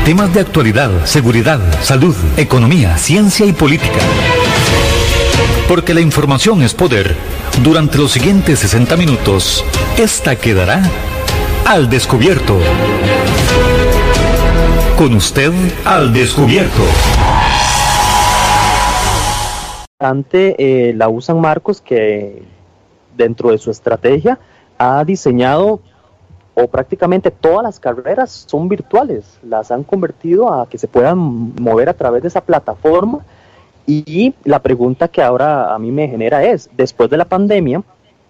Temas de actualidad, seguridad, salud, economía, ciencia y política. Porque la información es poder. Durante los siguientes 60 minutos, esta quedará al descubierto. Con usted al descubierto. Ante la U San Marcos, que dentro de su estrategia ha diseñado, o prácticamente todas las carreras son virtuales, las han convertido a que se puedan mover a través de esa plataforma. Y la pregunta que ahora a mí me genera es, después de la pandemia,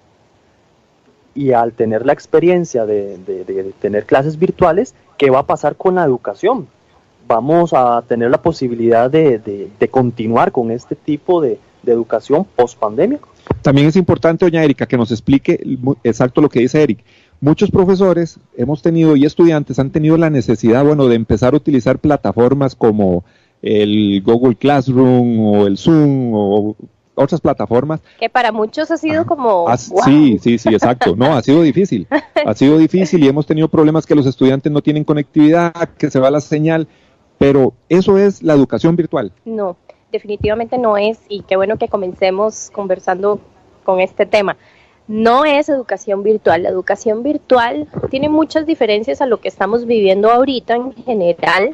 y al tener la experiencia de tener clases virtuales, ¿qué va a pasar con la educación? ¿Vamos a tener la posibilidad de continuar con este tipo de educación post-pandemia? También es importante, doña Erika, que nos explique exacto lo que dice Eric. Muchos profesores hemos tenido y estudiantes han tenido la necesidad, de empezar a utilizar plataformas como el Google Classroom o el Zoom o otras plataformas. Que para muchos ha sido como... wow. Sí, exacto. No, ha sido difícil. Ha sido difícil y hemos tenido problemas que los estudiantes no tienen conectividad, que se va la señal, pero ¿eso es la educación virtual? No, definitivamente no es, y qué bueno que comencemos conversando con este tema. No es educación virtual. La educación virtual tiene muchas diferencias a lo que estamos viviendo ahorita en general,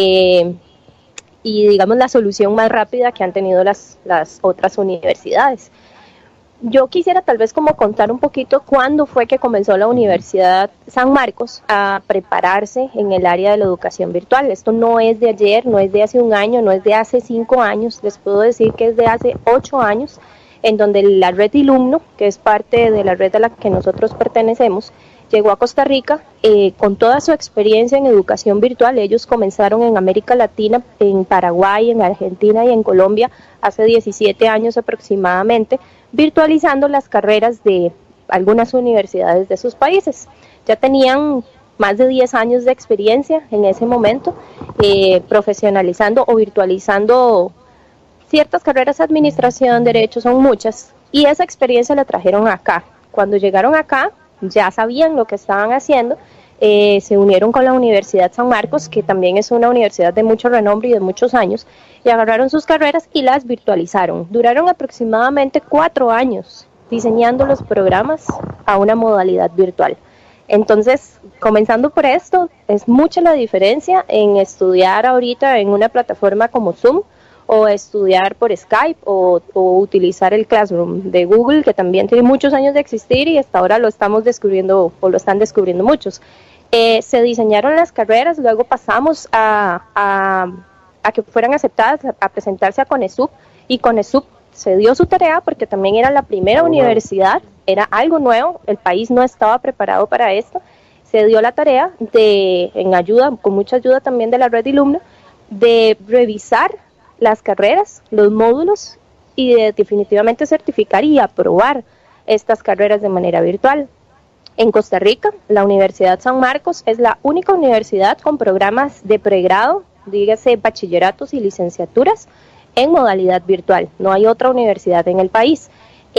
y digamos la solución más rápida que han tenido las otras universidades. Yo quisiera tal vez como contar un poquito cuándo fue que comenzó la Universidad San Marcos a prepararse en el área de la educación virtual. Esto no es de ayer, no es de hace un año, no es de hace 5 años, les puedo decir que es de hace 8 años, en donde la red Ilumno, que es parte de la red a la que nosotros pertenecemos, llegó a Costa Rica con toda su experiencia en educación virtual. Ellos comenzaron en América Latina, en Paraguay, en Argentina y en Colombia hace 17 años aproximadamente, virtualizando las carreras de algunas universidades de sus países. Ya tenían más de 10 años de experiencia en ese momento, profesionalizando o virtualizando ciertas carreras. Administración, derecho, son muchas, y esa experiencia la trajeron acá. Cuando llegaron acá, ya sabían lo que estaban haciendo, se unieron con la Universidad San Marcos, que también es una universidad de mucho renombre y de muchos años, y agarraron sus carreras y las virtualizaron. Duraron aproximadamente 4 años diseñando los programas a una modalidad virtual. Entonces, comenzando por esto, es mucha la diferencia en estudiar ahorita en una plataforma como Zoom, o estudiar por Skype, o utilizar el Classroom de Google, que también tiene muchos años de existir y hasta ahora lo estamos descubriendo, o lo están descubriendo muchos. Se diseñaron las carreras, luego pasamos a que fueran aceptadas, a presentarse a CONESUB, y CONESUB se dio su tarea porque también era la primera universidad, era algo nuevo, el país no estaba preparado para esto. Se dio la tarea con mucha ayuda también de la red Ilumno, de revisar las carreras, los módulos, y de definitivamente certificar y aprobar estas carreras de manera virtual. En Costa Rica, la Universidad San Marcos es la única universidad con programas de pregrado, dígase bachilleratos y licenciaturas, en modalidad virtual. No hay otra universidad en el país.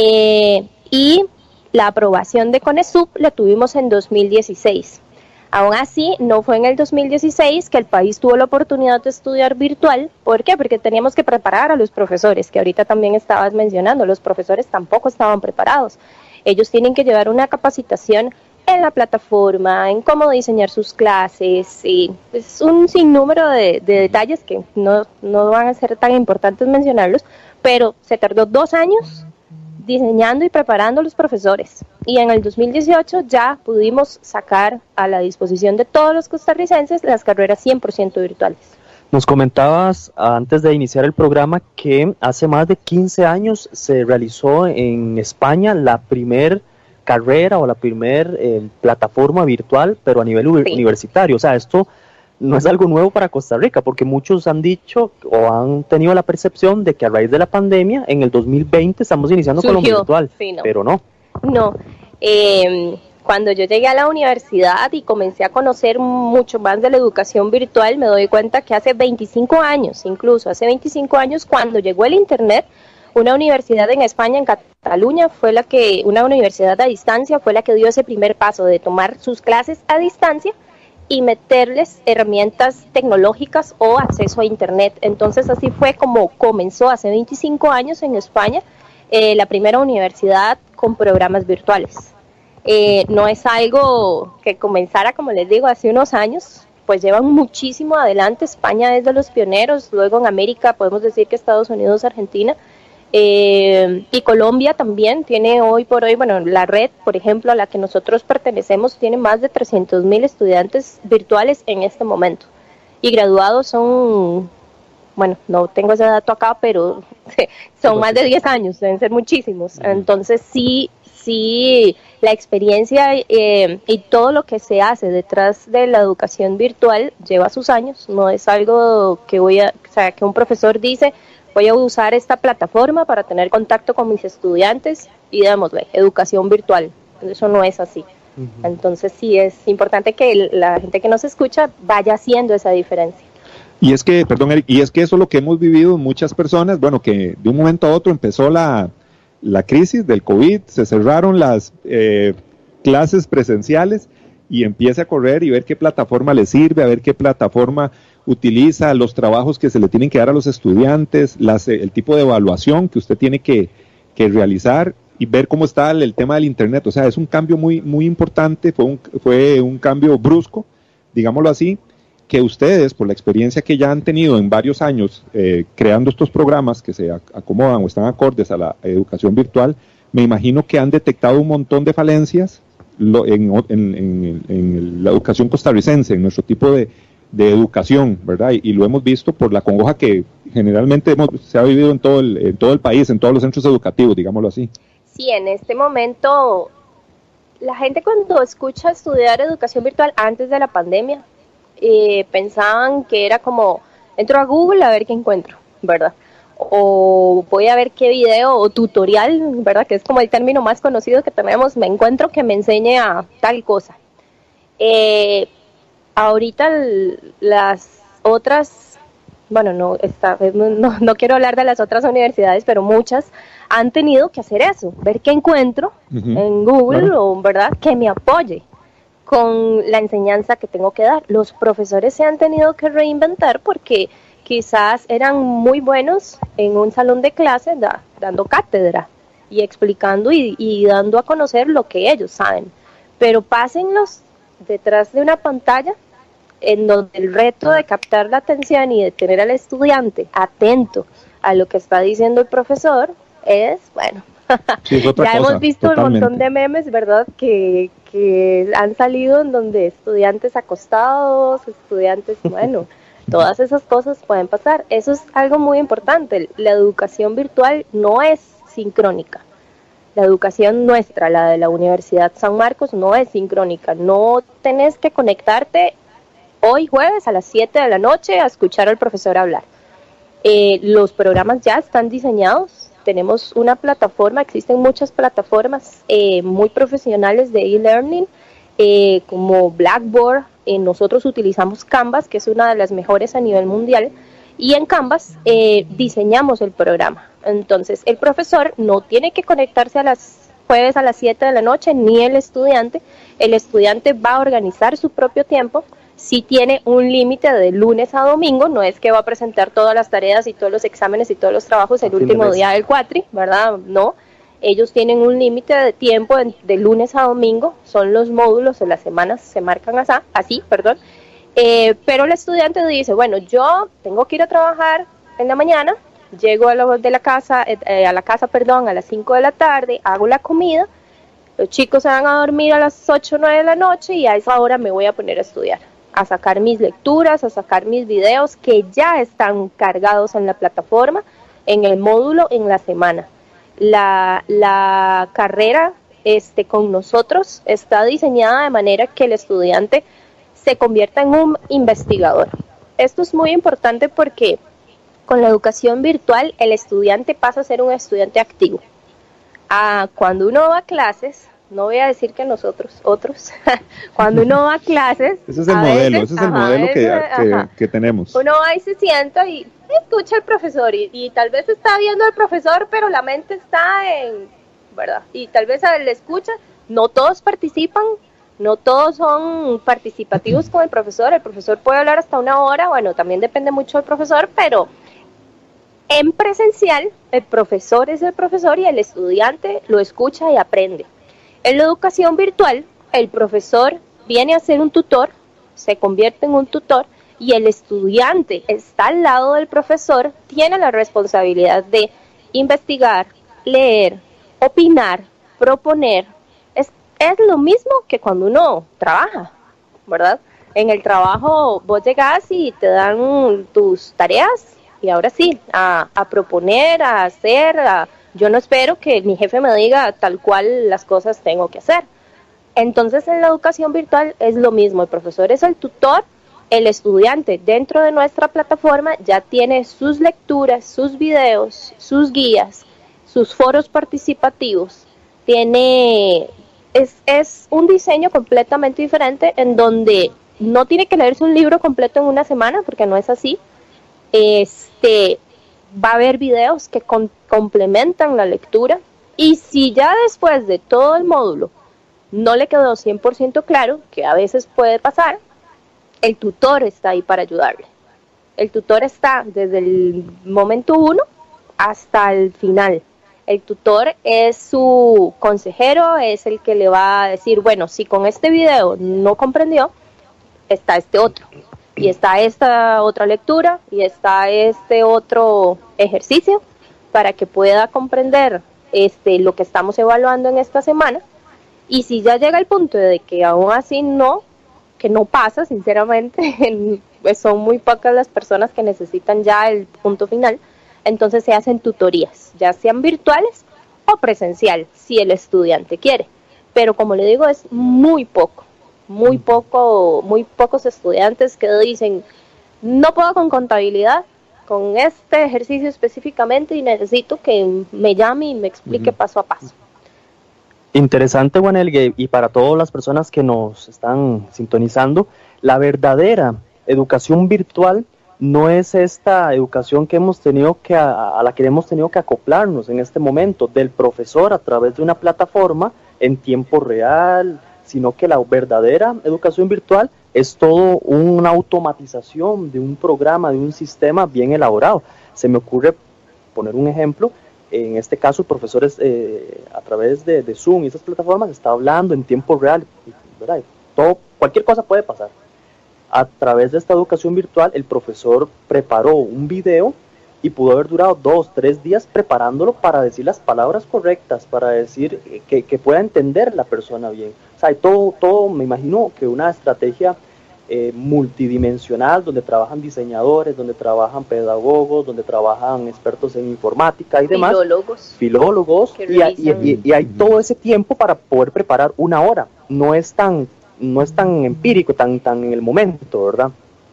Y la aprobación de CONESUB la tuvimos en 2016. Aún así, no fue en el 2016 que el país tuvo la oportunidad de estudiar virtual. ¿Por qué? Porque teníamos que preparar a los profesores, que ahorita también estabas mencionando. Los profesores tampoco estaban preparados. Ellos tienen que llevar una capacitación en la plataforma, en cómo diseñar sus clases, y es un sinnúmero de detalles que no van a ser tan importantes mencionarlos, pero se tardó 2 años diseñando y preparando a los profesores, y en el 2018 ya pudimos sacar a la disposición de todos los costarricenses las carreras 100% virtuales. Nos comentabas antes de iniciar el programa que hace más de 15 años se realizó en España la primer carrera o la primer plataforma virtual, pero a nivel universitario. O sea, esto no es algo nuevo para Costa Rica, porque muchos han dicho o han tenido la percepción de que a raíz de la pandemia, en el 2020 estamos iniciando con lo virtual, sí, pero no. No, cuando yo llegué a la universidad y comencé a conocer mucho más de la educación virtual, me doy cuenta que hace 25 años, incluso hace 25 años, cuando llegó el Internet, una universidad en España, en Cataluña, una universidad a distancia, fue la que dio ese primer paso de tomar sus clases a distancia y meterles herramientas tecnológicas o acceso a Internet. Entonces así fue como comenzó hace 25 años en España la primera universidad con programas virtuales. No es algo que comenzara, como les digo, hace unos años, pues llevan muchísimo adelante. España es de los pioneros, luego en América podemos decir que Estados Unidos, Argentina, y Colombia también tiene hoy por hoy, bueno, la red, por ejemplo, a la que nosotros pertenecemos, tiene más de 300,000 estudiantes virtuales en este momento, y graduados son, bueno, no tengo ese dato acá, pero son más de 10 años, deben ser muchísimos. Entonces sí, la experiencia y todo lo que se hace detrás de la educación virtual lleva sus años. No es algo que que un profesor dice, voy a usar esta plataforma para tener contacto con mis estudiantes y démosle educación virtual. Eso no es así. Entonces sí es importante que la gente que nos escucha vaya haciendo esa diferencia. Y es que, perdón Eric, y es que eso es lo que hemos vivido muchas personas, bueno, que de un momento a otro empezó la crisis del COVID, se cerraron las clases presenciales y empieza a correr y ver qué plataforma le sirve, a ver qué plataforma utiliza, los trabajos que se le tienen que dar a los estudiantes, el tipo de evaluación que usted tiene que realizar y ver cómo está el tema del Internet. O sea, es un cambio muy, muy importante, fue un cambio brusco, digámoslo así, que ustedes, por la experiencia que ya han tenido en varios años creando estos programas que se acomodan o están acordes a la educación virtual, me imagino que han detectado un montón de falencias en la educación costarricense, en nuestro tipo de educación, ¿verdad? Y lo hemos visto por la congoja que generalmente se ha vivido en todo el país, en todos los centros educativos, digámoslo así. Sí, en este momento, la gente cuando escucha estudiar educación virtual antes de la pandemia, pensaban que era como, entro a Google a ver qué encuentro, ¿verdad? O voy a ver qué video o tutorial, ¿verdad? Que es como el término más conocido que tenemos, me encuentro que me enseñe a tal cosa. Ahorita las otras, bueno, no quiero hablar de las otras universidades, pero muchas han tenido que hacer eso, ver qué encuentro en Google, claro, o ¿verdad? Que me apoye con la enseñanza que tengo que dar. Los profesores se han tenido que reinventar porque quizás eran muy buenos en un salón de clase dando cátedra y explicando y dando a conocer lo que ellos saben, pero pásenlos detrás de una pantalla en donde el reto de captar la atención y de tener al estudiante atento a lo que está diciendo el profesor es, bueno, sí, ya hemos visto totalmente. Un montón de memes, ¿verdad?, que han salido en donde estudiantes acostados, estudiantes, bueno, todas esas cosas pueden pasar. Eso es algo muy importante. La educación virtual no es sincrónica. La educación nuestra, la de la Universidad San Marcos, no es sincrónica. No tenés que conectarte hoy jueves a las 7 de la noche a escuchar al profesor hablar. Los programas ya están diseñados. Tenemos una plataforma, existen muchas plataformas muy profesionales de e-learning, como Blackboard. Nosotros utilizamos Canvas, que es una de las mejores a nivel mundial, y en Canvas diseñamos el programa. Entonces, el profesor no tiene que conectarse a las jueves a las 7 de la noche, ni el estudiante. El estudiante va a organizar su propio tiempo. Sí tiene un límite de lunes a domingo, no es que va a presentar todas las tareas y todos los exámenes y todos los trabajos el último día del cuatri, ¿verdad? No, ellos tienen un límite de tiempo de lunes a domingo, son los módulos de las semanas, se marcan así, pero el estudiante dice, bueno, yo tengo que ir a trabajar en la mañana, llego a la casa a las 5 de la tarde, hago la comida, los chicos se van a dormir a las 8 o 9 de la noche y a esa hora me voy a poner a estudiar, a sacar mis lecturas, a sacar mis videos que ya están cargados en la plataforma, en el módulo, en la semana. La carrera con nosotros está diseñada de manera que el estudiante se convierta en un investigador. Esto es muy importante porque con la educación virtual el estudiante pasa a ser un estudiante activo. Cuando uno va a clases, no voy a decir que otros, cuando uno va a clases... Ese es el modelo, que tenemos. Uno va y se sienta y escucha al profesor y tal vez está viendo al profesor, pero la mente está ¿verdad? Y tal vez le escucha, no todos participan, No todos son participativos con el profesor puede hablar hasta 1 hora, bueno, también depende mucho del profesor, pero en presencial el profesor es el profesor y el estudiante lo escucha y aprende. En la educación virtual, el profesor viene a ser un tutor, se convierte en un tutor, y el estudiante está al lado del profesor, tiene la responsabilidad de investigar, leer, opinar, proponer. Es lo mismo que cuando uno trabaja, ¿verdad? En el trabajo vos llegás y te dan tus tareas y ahora sí, a proponer, a hacer. Yo no espero que mi jefe me diga tal cual las cosas tengo que hacer. Entonces en la educación virtual es lo mismo, el profesor es el tutor, el estudiante dentro de nuestra plataforma ya tiene sus lecturas, sus videos, sus guías, sus foros participativos, es un diseño completamente diferente en donde no tiene que leerse un libro completo en una semana, porque no es así. Va a haber videos que complementan la lectura, y si ya después de todo el módulo no le quedó 100% claro, que a veces puede pasar, el tutor está ahí para ayudarle. El tutor está desde el momento 1 hasta el final. El tutor es su consejero, es el que le va a decir, bueno, si con este video no comprendió, está este otro, y está esta otra lectura, y está este otro ejercicio, para que pueda comprender lo que estamos evaluando en esta semana. Y si ya llega el punto de que aún así que no pasa, sinceramente, pues son muy pocas las personas que necesitan ya el punto final, entonces se hacen tutorías, ya sean virtuales o presencial, si el estudiante quiere. Pero como le digo, es muy pocos estudiantes que dicen, no puedo con contabilidad, con este ejercicio específicamente, y necesito que me llame y me explique paso a paso. Interesante, Juan Elgue, y para todas las personas que nos están sintonizando, la verdadera educación virtual no es esta educación que hemos tenido a la que hemos tenido que acoplarnos en este momento del profesor a través de una plataforma en tiempo real, sino que la verdadera educación virtual es todo una automatización de un programa, de un sistema bien elaborado. Se me ocurre poner un ejemplo. En este caso, el profesor a través de Zoom y esas plataformas está hablando en tiempo real, ¿verdad? Cualquier cosa puede pasar. A través de esta educación virtual, el profesor preparó un video y pudo haber durado 2-3 días preparándolo para decir las palabras correctas, para decir que pueda entender la persona bien. O sea, hay todo, me imagino que una estrategia multidimensional, donde trabajan diseñadores, donde trabajan pedagogos, donde trabajan expertos en informática y demás. Filólogos, y hay todo ese tiempo para poder preparar 1 hora. No es tan empírico, tan en el momento, ¿verdad?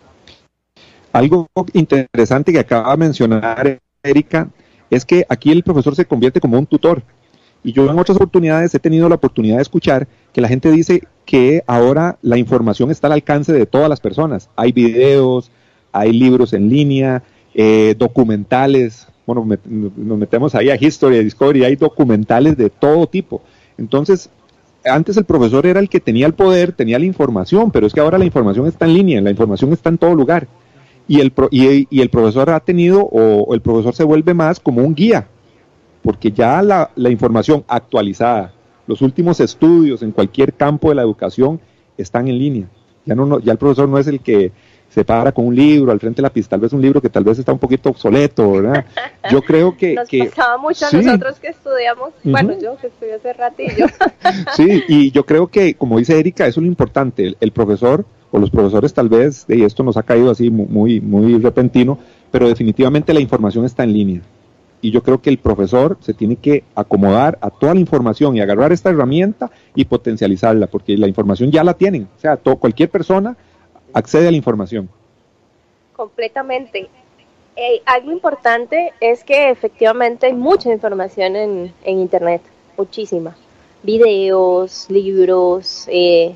Algo interesante que acaba de mencionar Erika es que aquí el profesor se convierte como un tutor. Y yo en otras oportunidades he tenido la oportunidad de escuchar que la gente dice que ahora la información está al alcance de todas las personas. Hay videos, hay libros en línea, documentales. Bueno, nos metemos ahí a History, a Discovery, hay documentales de todo tipo. Entonces, antes el profesor era el que tenía el poder, tenía la información, pero es que ahora la información está en línea, la información está en todo lugar. Y el profesor ha tenido, o el profesor se vuelve más como un guía, porque ya la información actualizada, los últimos estudios en cualquier campo de la educación están en línea. Ya el profesor no es el que se para con un libro al frente de la pista, tal vez un libro que tal vez está un poquito obsoleto, ¿verdad? Yo creo que... Nos pasaba mucho a nosotros que estudiamos, bueno, yo que estudié hace ratillo. Sí, y yo creo que, como dice Erika, eso es lo importante, el profesor o los profesores tal vez, y esto nos ha caído así muy repentino, pero definitivamente la información está en línea. Y yo creo que el profesor se tiene que acomodar a toda la información y agarrar esta herramienta y potencializarla, porque la información ya la tienen, o sea, cualquier persona accede a la información. Completamente. Algo importante es que efectivamente hay mucha información en Internet, muchísima. Videos, libros,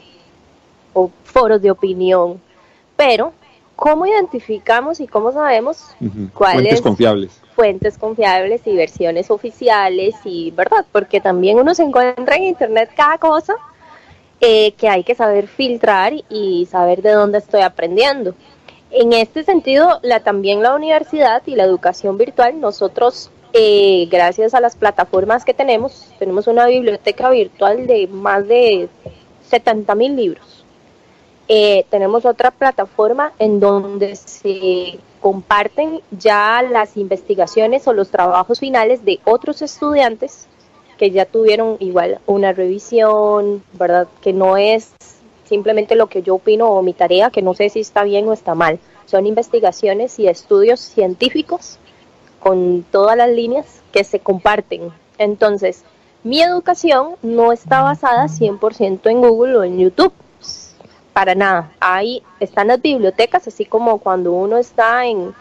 o foros de opinión, pero ¿cómo identificamos y cómo sabemos cuáles fuentes confiables y versiones oficiales? Y verdad, porque también uno se encuentra en Internet cada cosa que hay que saber filtrar y saber de dónde estoy aprendiendo. En este sentido, también la universidad y la educación virtual, nosotros, gracias a las plataformas que tenemos una biblioteca virtual de más de 70,000 libros. Tenemos otra plataforma en donde se comparten ya las investigaciones o los trabajos finales de otros estudiantes que ya tuvieron igual una revisión, ¿verdad? Que no es simplemente lo que yo opino o mi tarea, que no sé si está bien o está mal. Son investigaciones y estudios científicos con todas las líneas que se comparten. Entonces, mi educación no está basada 100% en Google o en YouTube, para nada. Ahí están las bibliotecas, así como cuando uno está en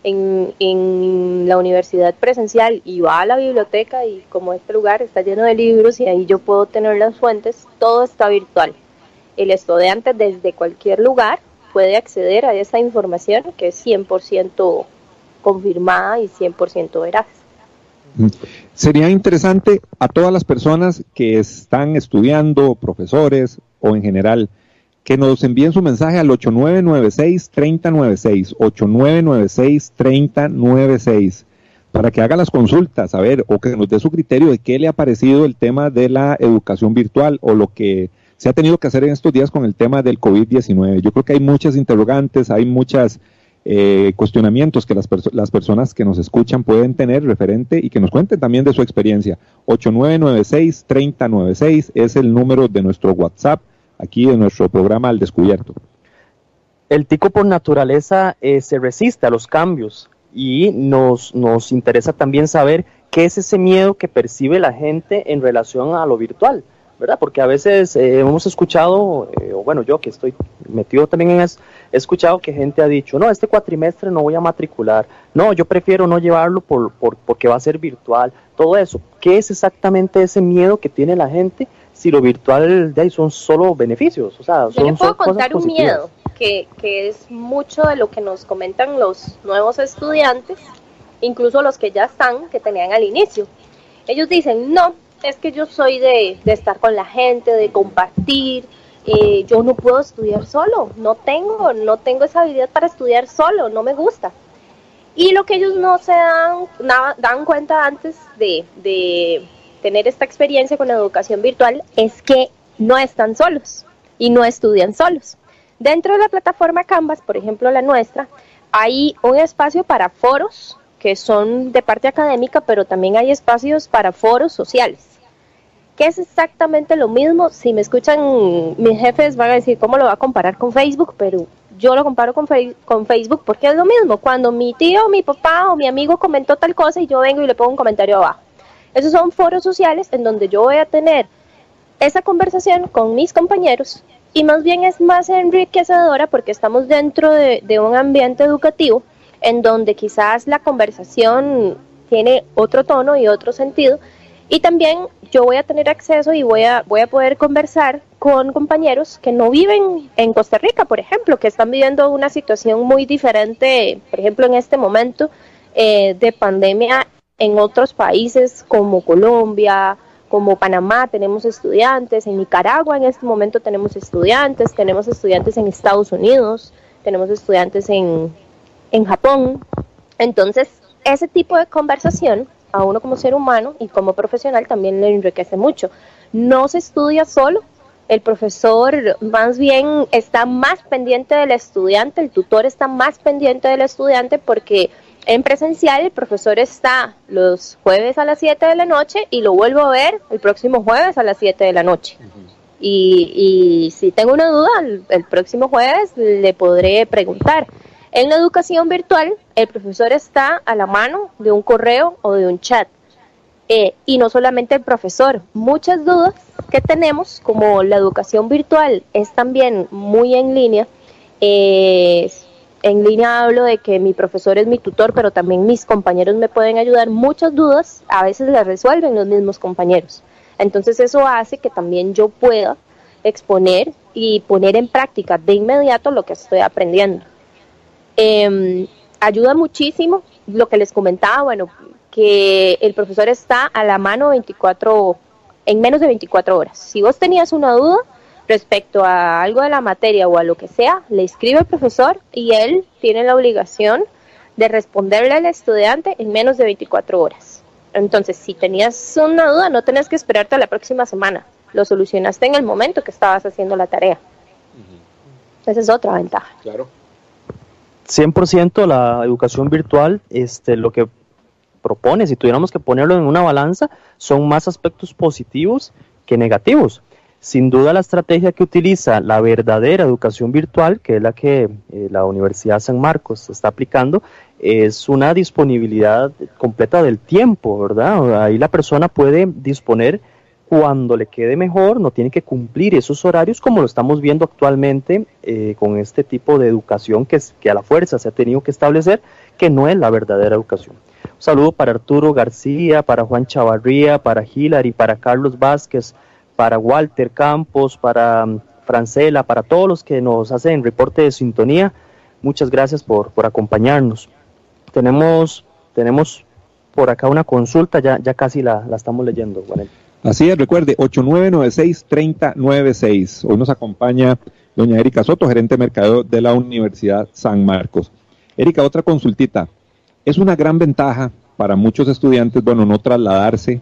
la universidad presencial y va a la biblioteca y como este lugar está lleno de libros y ahí yo puedo tener las fuentes, todo está virtual. El estudiante desde cualquier lugar puede acceder a esa información que es 100% confirmada y 100% veraz. Sería interesante a todas las personas que están estudiando, profesores o en general, que nos envíen su mensaje al 8996-3096, 8996-3096, para que haga las consultas, a ver, o que nos dé su criterio de qué le ha parecido el tema de la educación virtual o lo que se ha tenido que hacer en estos días con el tema del COVID-19. Yo creo que hay muchas interrogantes, hay muchos cuestionamientos que las personas que nos escuchan pueden tener referente y que nos cuenten también de su experiencia. 8996-3096 es el número de nuestro WhatsApp, aquí en nuestro programa Al Descubierto. El tico por naturaleza se resiste a los cambios y nos interesa también saber qué es ese miedo que percibe la gente en relación a lo virtual, ¿verdad? Porque a veces hemos escuchado, bueno, yo que estoy metido también en eso, he escuchado que gente ha dicho, no, este cuatrimestre no voy a matricular, no, yo prefiero no llevarlo porque va a ser virtual, todo eso. ¿Qué es exactamente ese miedo que tiene la gente si lo virtual de ahí son solo beneficios? O sea, yo le puedo contar un miedo que es mucho de lo que nos comentan los nuevos estudiantes, incluso los que ya están, que tenían al inicio. Ellos dicen, no, es que yo soy de estar con la gente, de compartir, yo no puedo estudiar solo, no tengo esa habilidad para estudiar solo, no me gusta. Y lo que ellos no se dan cuenta antes de tener esta experiencia con la educación virtual es que no están solos y no estudian solos. Dentro de la plataforma Canvas, por ejemplo la nuestra, hay un espacio para foros que son de parte académica, pero también hay espacios para foros sociales, que es exactamente lo mismo. Si me escuchan mis jefes van a decir, ¿cómo lo va a comparar con Facebook? Pero yo lo comparo con Facebook porque es lo mismo. Cuando mi tío, mi papá o mi amigo comentó tal cosa y yo vengo y le pongo un comentario abajo. Esos son foros sociales en donde yo voy a tener esa conversación con mis compañeros y más bien es más enriquecedora porque estamos dentro de un ambiente educativo en donde quizás la conversación tiene otro tono y otro sentido, y también yo voy a tener acceso y voy a poder conversar con compañeros que no viven en Costa Rica, por ejemplo, que están viviendo una situación muy diferente, por ejemplo, en este momento de pandemia en otros países como Colombia, como Panamá tenemos estudiantes, en Nicaragua en este momento tenemos estudiantes en Estados Unidos, tenemos estudiantes en Japón. Entonces, ese tipo de conversación a uno como ser humano y como profesional también le enriquece mucho. No se estudia solo, el profesor más bien está más pendiente del estudiante, el tutor está más pendiente del estudiante porque en presencial el profesor está los jueves a las 7 de la noche y lo vuelvo a ver el próximo jueves a las 7 de la noche. Y si tengo una duda, el próximo jueves le podré preguntar. En la educación virtual, el profesor está a la mano de un correo o de un chat. Y no solamente el profesor, muchas dudas que tenemos, como la educación virtual es también muy en línea, en línea hablo de que mi profesor es mi tutor, pero también mis compañeros me pueden ayudar. Muchas dudas a veces las resuelven los mismos compañeros. Entonces eso hace que también yo pueda exponer y poner en práctica de inmediato lo que estoy aprendiendo. Ayuda muchísimo lo que les comentaba, bueno, que el profesor está a la mano en menos de 24 horas. Si vos tenías una duda, respecto a algo de la materia o a lo que sea, le escribe al profesor y él tiene la obligación de responderle al estudiante en menos de 24 horas. Entonces, si tenías una duda, no tenés que esperarte a la próxima semana. Lo solucionaste en el momento que estabas haciendo la tarea. Esa es otra ventaja. Claro. 100% la educación virtual, lo que propone, si tuviéramos que ponerlo en una balanza, son más aspectos positivos que negativos. Sin duda la estrategia que utiliza la verdadera educación virtual, que es la que la Universidad San Marcos está aplicando, es una disponibilidad completa del tiempo, ¿verdad? Ahí la persona puede disponer cuando le quede mejor, no tiene que cumplir esos horarios como lo estamos viendo actualmente con este tipo de educación que a la fuerza se ha tenido que establecer, que no es la verdadera educación. Un saludo para Arturo García, para Juan Chavarría, para Hilary, para Carlos Vázquez, para Walter Campos, para Francela, para todos los que nos hacen reporte de sintonía. Muchas gracias por acompañarnos. Tenemos por acá una consulta, ya casi la estamos leyendo, Juanel. Así es, recuerde, 8996-3096. Hoy nos acompaña doña Erika Soto, gerente de mercadeo de la Universidad San Marcos. Erika, otra consultita. Es una gran ventaja para muchos estudiantes, bueno, no trasladarse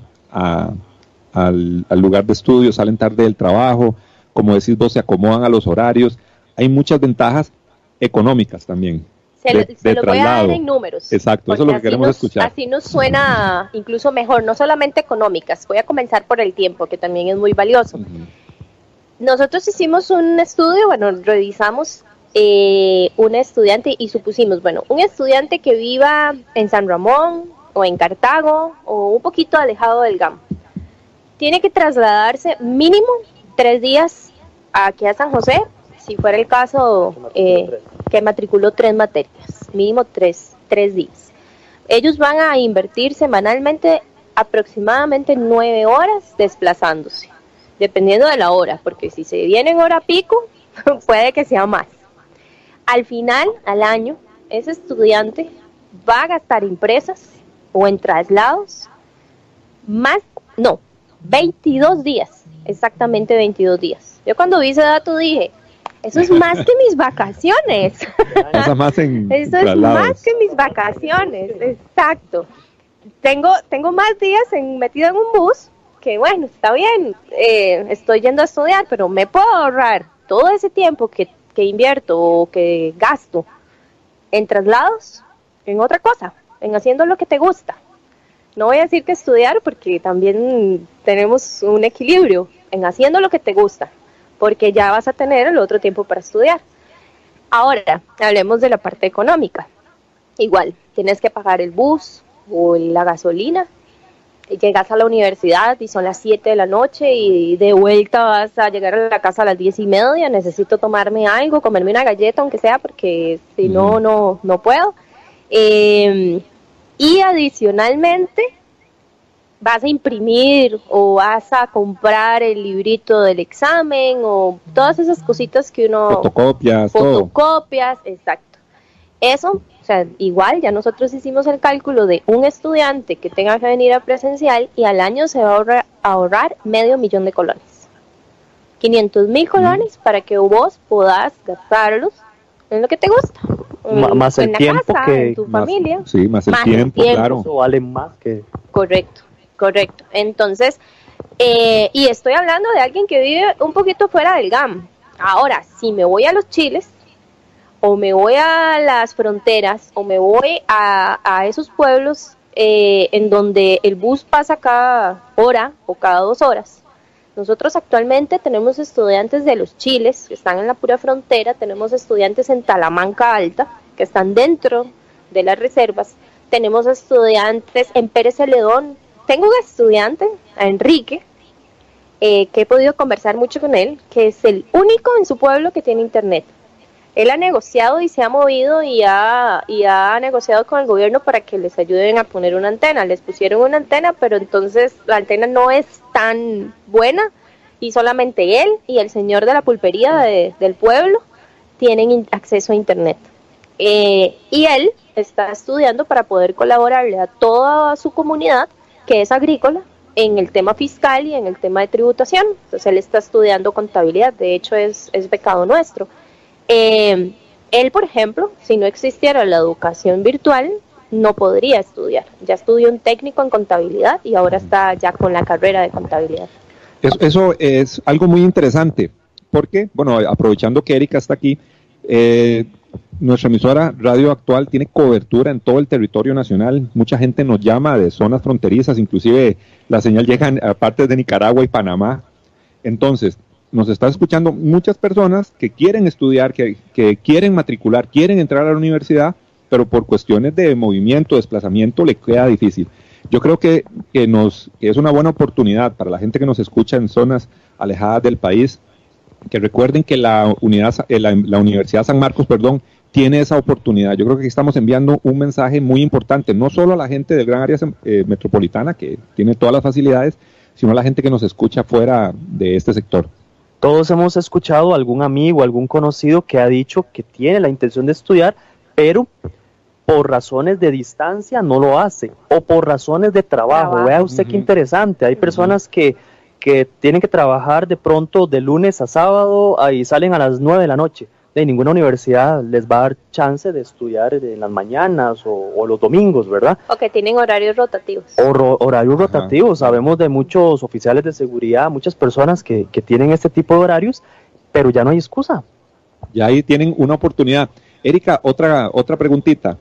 al lugar de estudio, salen tarde del trabajo, como decís vos, se acomodan a los horarios. Hay muchas ventajas económicas también. Se lo voy a dar en números. Exacto, eso es lo que queremos escuchar. Así nos suena incluso mejor, no solamente económicas. Voy a comenzar por el tiempo, que también es muy valioso. Nosotros hicimos un estudio, revisamos un estudiante y supusimos, un estudiante que viva en San Ramón o en Cartago o un poquito alejado del GAM, tiene que trasladarse mínimo 3 días aquí a San José, si fuera el caso que matriculó 3 materias, mínimo 3 días. Ellos van a invertir semanalmente aproximadamente 9 horas desplazándose, dependiendo de la hora, porque si se viene en hora pico, puede que sea más. Al final, al año, ese estudiante va a gastar en presas o en traslados 22 días, exactamente 22 días. Yo cuando vi ese dato dije, eso es más que mis vacaciones. Eso es más que mis vacaciones, exacto. Tengo más días metido en un bus, que bueno, está bien, estoy yendo a estudiar, pero me puedo ahorrar todo ese tiempo que invierto o que gasto en traslados, en otra cosa, en haciendo lo que te gusta. No voy a decir que estudiar, porque también tenemos un equilibrio en haciendo lo que te gusta, porque ya vas a tener el otro tiempo para estudiar. Ahora, hablemos de la parte económica. Igual, tienes que pagar el bus o la gasolina, llegas a la universidad y son las 7 de la noche y de vuelta vas a llegar a la casa a las 10:30, necesito tomarme algo, comerme una galleta aunque sea, porque si no puedo. Y adicionalmente vas a imprimir o vas a comprar el librito del examen o todas esas cositas que uno... Fotocopias, exacto. Eso, o sea, igual ya nosotros hicimos el cálculo de un estudiante que tenga que venir a presencial y al año se va a ahorrar $500,000 de colones. 500,000 colones para que vos podás gastarlos en lo que te gusta. Más el tiempo casa, que... en tu familia. Sí, más el tiempo, claro. Eso vale más que... Correcto. Entonces, y estoy hablando de alguien que vive un poquito fuera del GAM. Ahora, si me voy a los Chiles, o me voy a las fronteras, o me voy a esos pueblos en donde el bus pasa cada hora o cada 2 horas. Nosotros actualmente tenemos estudiantes de los Chiles, que están en la pura frontera, tenemos estudiantes en Talamanca Alta, que están dentro de las reservas, tenemos estudiantes en Pérez Celedón. Tengo un estudiante, a Enrique, que he podido conversar mucho con él, que es el único en su pueblo que tiene internet. Él ha negociado y se ha movido y ha negociado con el gobierno para que les ayuden a poner una antena. Les pusieron una antena, pero entonces la antena no es tan buena y solamente él y el señor de la pulpería del pueblo tienen acceso a internet. Y él está estudiando para poder colaborarle a toda su comunidad, que es agrícola, en el tema fiscal y en el tema de tributación. Entonces él está estudiando contabilidad, de hecho es becado nuestro. Él, por ejemplo, si no existiera la educación virtual, no podría estudiar. Ya estudió un técnico en contabilidad y ahora está ya con la carrera de contabilidad. Eso es algo muy interesante, porque, bueno, aprovechando que Erika está aquí, nuestra emisora Radio Actual tiene cobertura en todo el territorio nacional. Mucha gente nos llama de zonas fronterizas, inclusive la señal llega a partes de Nicaragua y Panamá. Entonces, nos está escuchando muchas personas que quieren estudiar, que quieren matricular, quieren entrar a la universidad, pero por cuestiones de movimiento, desplazamiento, le queda difícil. Yo creo que es una buena oportunidad para la gente que nos escucha en zonas alejadas del país, que recuerden que la Universidad San Marcos, tiene esa oportunidad. Yo creo que aquí estamos enviando un mensaje muy importante, no solo a la gente del gran área metropolitana, que tiene todas las facilidades, sino a la gente que nos escucha fuera de este sector. Todos hemos escuchado a algún amigo, algún conocido que ha dicho que tiene la intención de estudiar, pero por razones de distancia no lo hace, o por razones de trabajo. Vea usted qué interesante, hay personas que tienen que trabajar de pronto de lunes a sábado y salen a las 9 de la noche. De ninguna universidad les va a dar chance de estudiar en las mañanas o los domingos, ¿verdad? O que tienen horarios rotativos. Horarios rotativos. Sabemos de muchos oficiales de seguridad, muchas personas que tienen este tipo de horarios, pero ya no hay excusa. Ya ahí tienen una oportunidad. Erika, otra preguntita.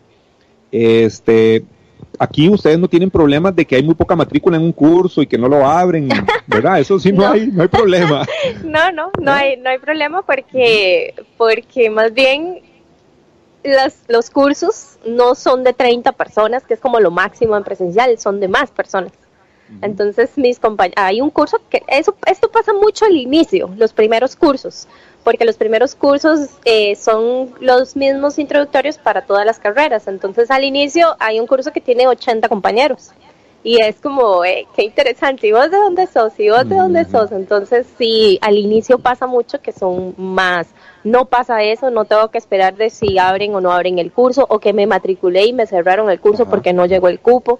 Aquí ustedes no tienen problemas de que hay muy poca matrícula en un curso y que no lo abren, ¿verdad? Eso sí no hay problema. No hay problema porque más bien los cursos no son de 30 personas, que es como lo máximo en presencial, son de más personas. Entonces mis compañeros, hay un curso que esto pasa mucho al inicio, los primeros cursos, porque los primeros cursos son los mismos introductorios para todas las carreras. Entonces al inicio hay un curso que tiene 80 compañeros y es como, qué interesante, ¿y vos de dónde sos? ¿Y vos de dónde sos? Entonces sí, al inicio pasa mucho que son más. No pasa eso, no tengo que esperar de si abren o no abren el curso, o que me matriculé y me cerraron el curso porque no llegó el cupo.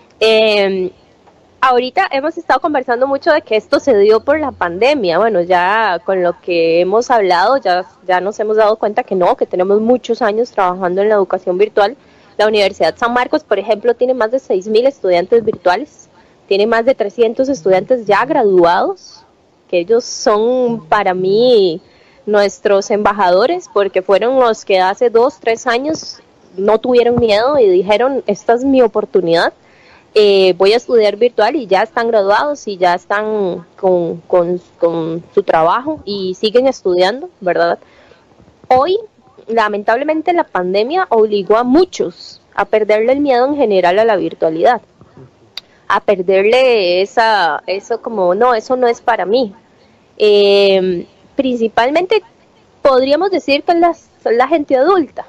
Ahorita hemos estado conversando mucho de que esto se dio por la pandemia. Bueno, ya con lo que hemos hablado, ya nos hemos dado cuenta que no, que tenemos muchos años trabajando en la educación virtual. La Universidad San Marcos, por ejemplo, tiene más de 6,000 estudiantes virtuales, tiene más de 300 estudiantes ya graduados, que ellos son para mí nuestros embajadores, porque fueron los que hace 2, 3 años no tuvieron miedo y dijeron, esta es mi oportunidad. Voy a estudiar virtual, y ya están graduados y ya están con su trabajo y siguen estudiando, ¿verdad? Hoy, lamentablemente, la pandemia obligó a muchos a perderle el miedo en general a la virtualidad, a perderle eso como, no, eso no es para mí. Principalmente podríamos decir que la gente adulta.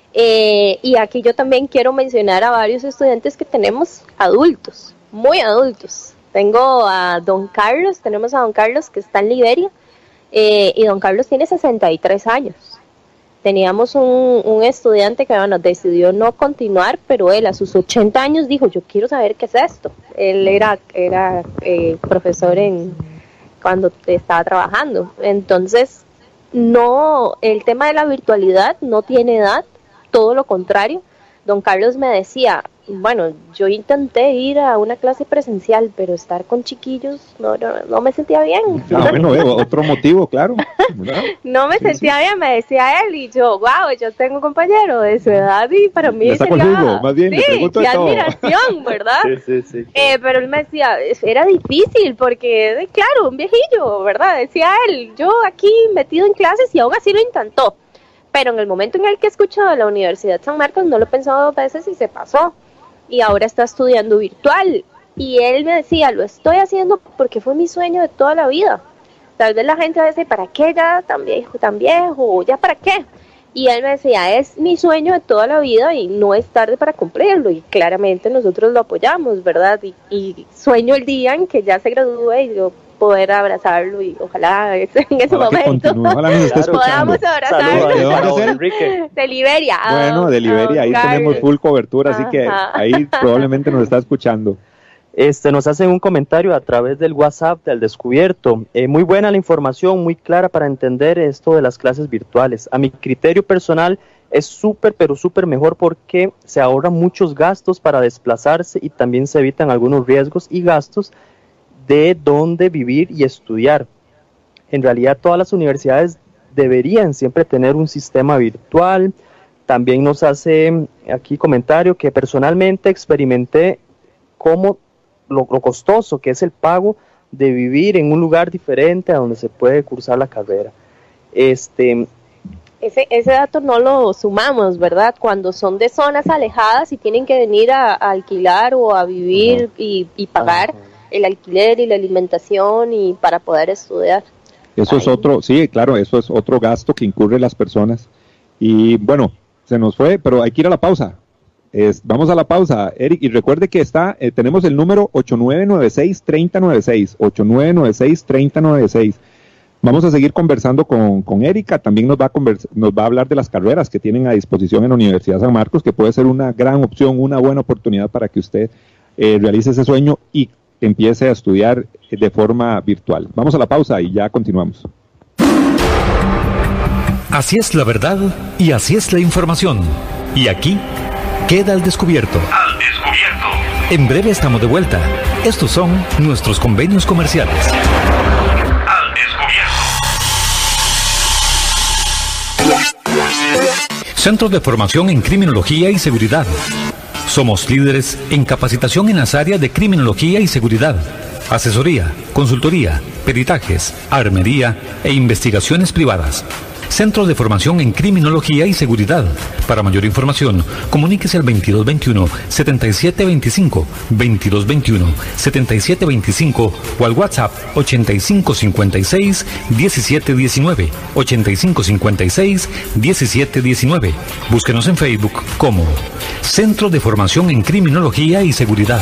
Y aquí yo también quiero mencionar a varios estudiantes que tenemos adultos, muy adultos. Tenemos a don Carlos que está en Liberia, y don Carlos tiene 63 años. Teníamos un estudiante que decidió no continuar, pero él a sus 80 años dijo, yo quiero saber qué es esto. Él era profesor cuando estaba trabajando. Entonces, no, el tema de la virtualidad no tiene edad. Todo lo contrario. Don Carlos me decía, bueno, yo intenté ir a una clase presencial, pero estar con chiquillos no me sentía bien. Bueno, otro motivo, claro. No me sentía bien, me decía él, y yo, wow, yo tengo un compañero de su edad y para mí sería... Más bien, sí, qué admiración, ¿verdad? Sí. Pero él me decía, era difícil porque, claro, un viejillo, ¿verdad? Decía él, yo aquí metido en clases y aún así lo intentó. Pero en el momento en el que escuchó de la Universidad San Marcos no lo pensó 2 veces y se pasó. Y ahora está estudiando virtual. Y él me decía, lo estoy haciendo porque fue mi sueño de toda la vida. Tal vez la gente va a decir, ¿para qué ya tan viejo? ¿Ya para qué? Y él me decía, es mi sueño de toda la vida y no es tarde para cumplirlo. Y claramente nosotros lo apoyamos, ¿verdad? Y sueño el día en que ya se gradúe y yo poder abrazarlo, y ojalá en ese momento podamos abrazarlo. De Liberia. Bueno, de Liberia, ahí tenemos full cobertura, así que ahí probablemente nos está escuchando. Nos hacen un comentario a través del WhatsApp del Descubierto. Muy buena la información, muy clara para entender esto de las clases virtuales. A mi criterio personal es súper, pero súper mejor porque se ahorran muchos gastos para desplazarse y también se evitan algunos riesgos y gastos de dónde vivir y estudiar. En realidad todas las universidades deberían siempre tener un sistema virtual. También nos hace aquí comentario que personalmente experimenté cómo lo costoso que es el pago de vivir en un lugar diferente a donde se puede cursar la carrera. Ese dato no lo sumamos, ¿verdad? Cuando son de zonas alejadas y tienen que venir a alquilar o a vivir y pagar el alquiler y la alimentación y para poder estudiar. Eso es otro, sí, claro, eso es otro gasto que incurren las personas. Y bueno, se nos fue, pero hay que ir a la pausa. Vamos a la pausa, Eric, y recuerde que tenemos el número 8996-3096, 8996-3096. Vamos a seguir conversando con Erika, también nos va a hablar de las carreras que tienen a disposición en la Universidad San Marcos, que puede ser una gran opción, una buena oportunidad para que usted realice ese sueño y empiece a estudiar de forma virtual. Vamos a la pausa y ya continuamos. Así es la verdad y así es la información. Y aquí queda al descubierto. Al descubierto. En breve estamos de vuelta. Estos son nuestros convenios comerciales. Al descubierto. Centros de formación en criminología y seguridad. Somos líderes en capacitación en las áreas de criminología y seguridad, asesoría, consultoría, peritajes, armería e investigaciones privadas. Centros de formación en criminología y seguridad. Para mayor información, comuníquese al 2221-7725, 2221-7725 o al WhatsApp 8556-1719, 8556-1719. Búsquenos en Facebook como Centro de Formación en Criminología y Seguridad.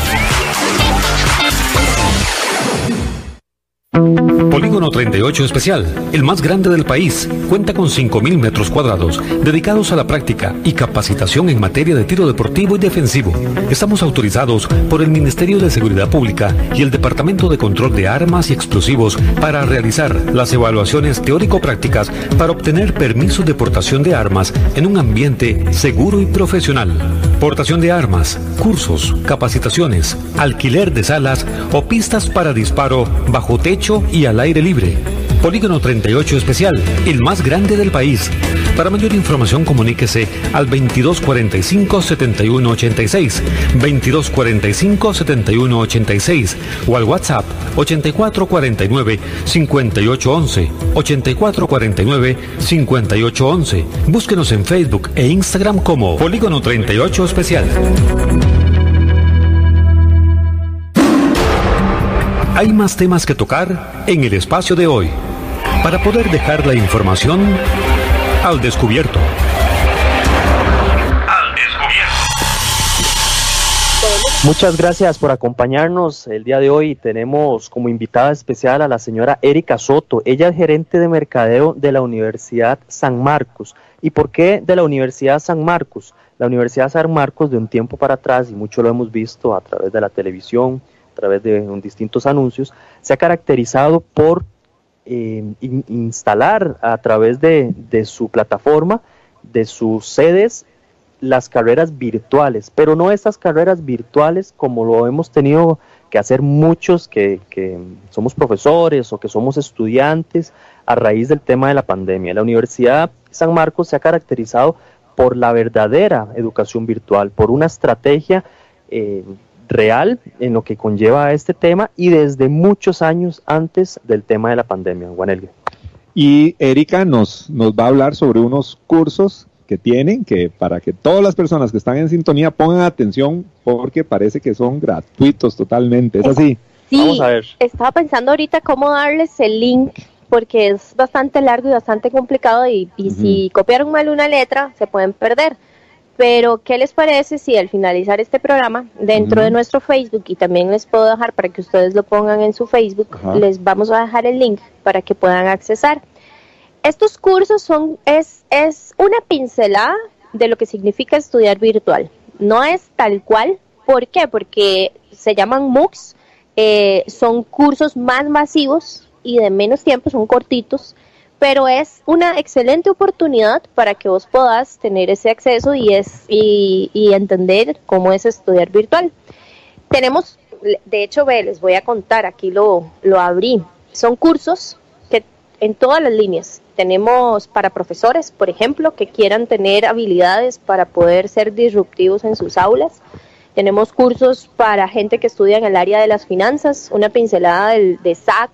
Polígono 38 Especial, el más grande del país, cuenta con 5.000 metros cuadrados dedicados a la práctica y capacitación en materia de tiro deportivo y defensivo. Estamos autorizados por el Ministerio de Seguridad Pública y el Departamento de Control de Armas y Explosivos para realizar las evaluaciones teórico-prácticas para obtener permisos de portación de armas en un ambiente seguro y profesional. Portación de armas, cursos, capacitaciones, alquiler de salas o pistas para disparo bajo techo y al aire libre. Polígono 38 Especial, el más grande del país. Para mayor información comuníquese al 2245-7186, 2245-7186 o al WhatsApp 8449-5811, 8449-5811. Búsquenos en Facebook e Instagram como Polígono 38 Especial. Hay más temas que tocar en el espacio de hoy, para poder dejar la información al descubierto. Al descubierto. Muchas gracias por acompañarnos el día de hoy. Tenemos como invitada especial a la señora Erika Soto. Ella es gerente de mercadeo de la Universidad San Marcos. ¿Y por qué de la Universidad San Marcos? La Universidad San Marcos, de un tiempo para atrás, y mucho lo hemos visto a través de la televisión, a través de distintos anuncios, se ha caracterizado por instalar a través de su plataforma, de sus sedes, las carreras virtuales, pero no estas carreras virtuales como lo hemos tenido que hacer muchos que somos profesores o que somos estudiantes a raíz del tema de la pandemia. La Universidad San Marcos se ha caracterizado por la verdadera educación virtual, por una estrategia real en lo que conlleva este tema y desde muchos años antes del tema de la pandemia. Juan Elgue. Y Erika nos va a hablar sobre unos cursos que tienen, que para que todas las personas que están en sintonía pongan atención, porque parece que son gratuitos totalmente, ¿es así? Sí, vamos a ver. Estaba pensando ahorita cómo darles el link, porque es bastante largo y bastante complicado y si copiaron mal una letra se pueden perder. Pero, ¿qué les parece si al finalizar este programa, dentro de nuestro Facebook, y también les puedo dejar para que ustedes lo pongan en su Facebook, les vamos a dejar el link para que puedan accesar? Estos cursos es una pincelada de lo que significa estudiar virtual. No es tal cual. ¿Por qué? Porque se llaman MOOCs, son cursos más masivos y de menos tiempo, son cortitos, pero es una excelente oportunidad para que vos puedas tener ese acceso y entender cómo es estudiar virtual. Tenemos, de hecho, les voy a contar, aquí lo abrí, son cursos que en todas las líneas. Tenemos para profesores, por ejemplo, que quieran tener habilidades para poder ser disruptivos en sus aulas. Tenemos cursos para gente que estudia en el área de las finanzas, una pincelada de SAP,